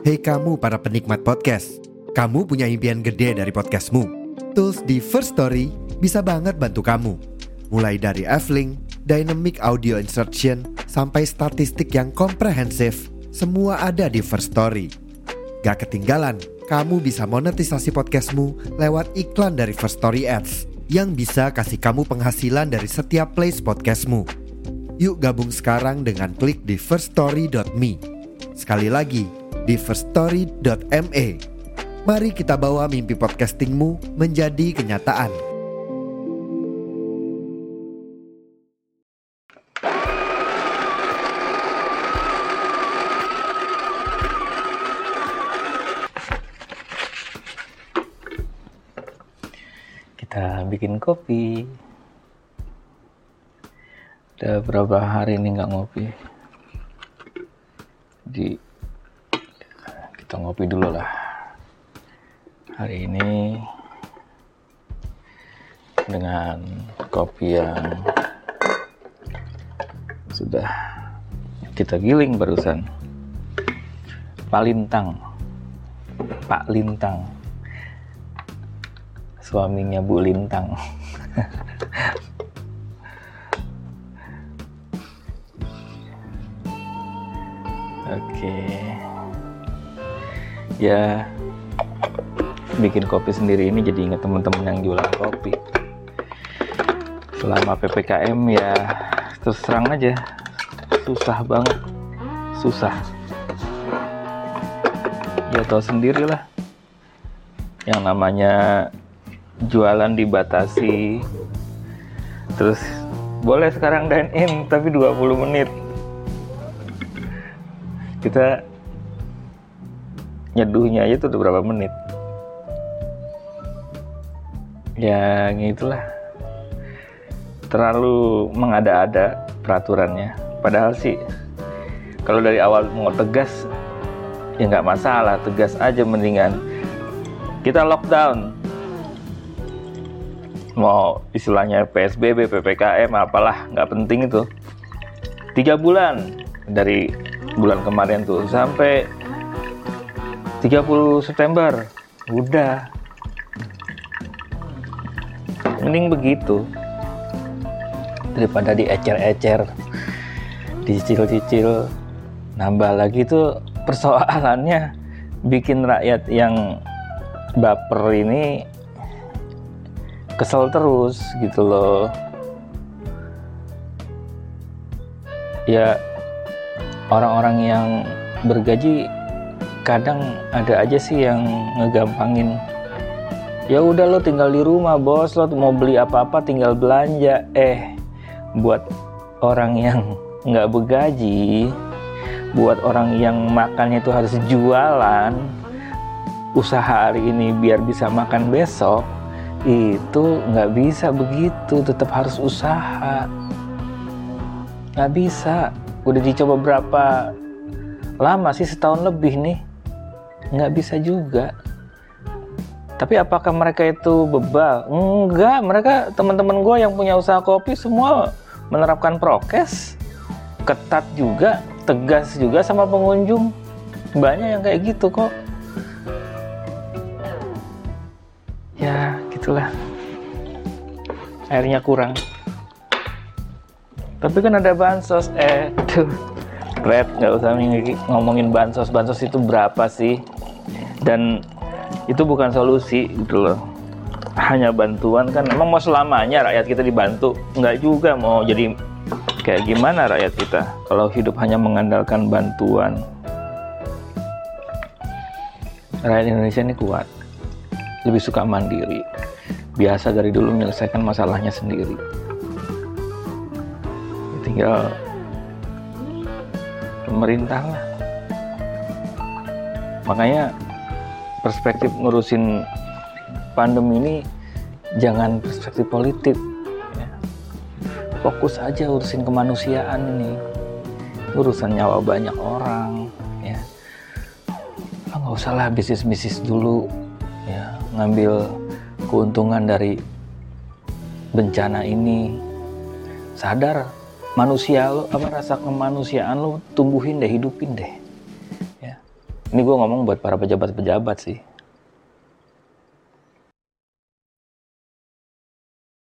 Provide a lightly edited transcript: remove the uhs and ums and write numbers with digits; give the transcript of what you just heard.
Hei kamu para penikmat podcast, kamu punya impian gede dari podcastmu. Tools di First Story bisa banget bantu kamu. Mulai dari F-Link, Dynamic Audio Insertion, sampai statistik yang komprehensif, semua ada di First Story. Gak ketinggalan, kamu bisa monetisasi podcastmu lewat iklan dari First Story Ads yang bisa kasih kamu penghasilan dari setiap plays podcastmu. Yuk gabung sekarang dengan klik di firststory.me. Sekali lagi, di firststory.me. Mari kita bawa mimpi podcastingmu menjadi kenyataan. Kita bikin kopi. Udah berapa hari ini nggak ngopi. Kita ngopi dulu lah. Hari ini dengan kopi yang sudah kita giling barusan. Pak Lintang, suaminya Bu Lintang. Oke. Ya, bikin kopi sendiri ini jadi ingat teman-teman yang jualan kopi. Selama PPKM ya terus terang aja, susah banget, susah. Ya tahu sendirilah, yang namanya jualan dibatasi. Terus boleh sekarang dine in tapi 20 menit. Kita nyeduhnya aja tuh udah berapa menit. Ya gitulah, terlalu mengada-ada peraturannya. Padahal sih kalau dari awal mau tegas ya nggak masalah, tegas aja. Mendingan kita lockdown, mau istilahnya PSBB, PPKM apalah, nggak penting itu. 3 bulan dari bulan kemarin tuh sampai 30 September udah, mending begitu daripada diecer-ecer, dicicil-cicil, nambah lagi tuh persoalannya bikin rakyat yang baper ini kesel terus gitu loh. Ya orang-orang yang bergaji kadang ada aja sih yang ngegampangin. Ya udah lo tinggal di rumah bos, lo mau beli apa-apa tinggal belanja. Buat orang yang nggak bergaji, buat orang yang makannya itu harus jualan, usaha hari ini biar bisa makan besok, itu nggak bisa begitu, tetap harus usaha. Nggak bisa. Udah dicoba berapa lama sih, setahun lebih nih, nggak bisa juga. Tapi apakah mereka itu bebal? Enggak, mereka teman-teman gue yang punya usaha kopi semua menerapkan prokes, ketat juga, tegas juga sama pengunjung. Banyak yang kayak gitu kok. Ya gitulah, airnya kurang. Tapi kan ada bansos. Red, nggak usah ngomongin bansos. Bansos itu berapa sih? Dan itu bukan solusi gitu loh. Hanya bantuan kan. Emang mau selamanya rakyat kita dibantu? Nggak juga. Mau jadi kayak gimana rakyat kita kalau hidup hanya mengandalkan bantuan? Rakyat Indonesia ini kuat, lebih suka mandiri, biasa dari dulu menyelesaikan masalahnya sendiri. Tinggal pemerintah lah. Makanya perspektif ngurusin pandemi ini jangan perspektif politik ya. Fokus aja urusin kemanusiaan ini, urusan nyawa banyak orang ya. Nggak usah lah bisnis dulu ya, ngambil keuntungan dari bencana ini. Sadar manusia lo, rasa kemanusiaan lo tumbuhin deh, hidupin deh ya. Ini gue ngomong buat para pejabat-pejabat sih.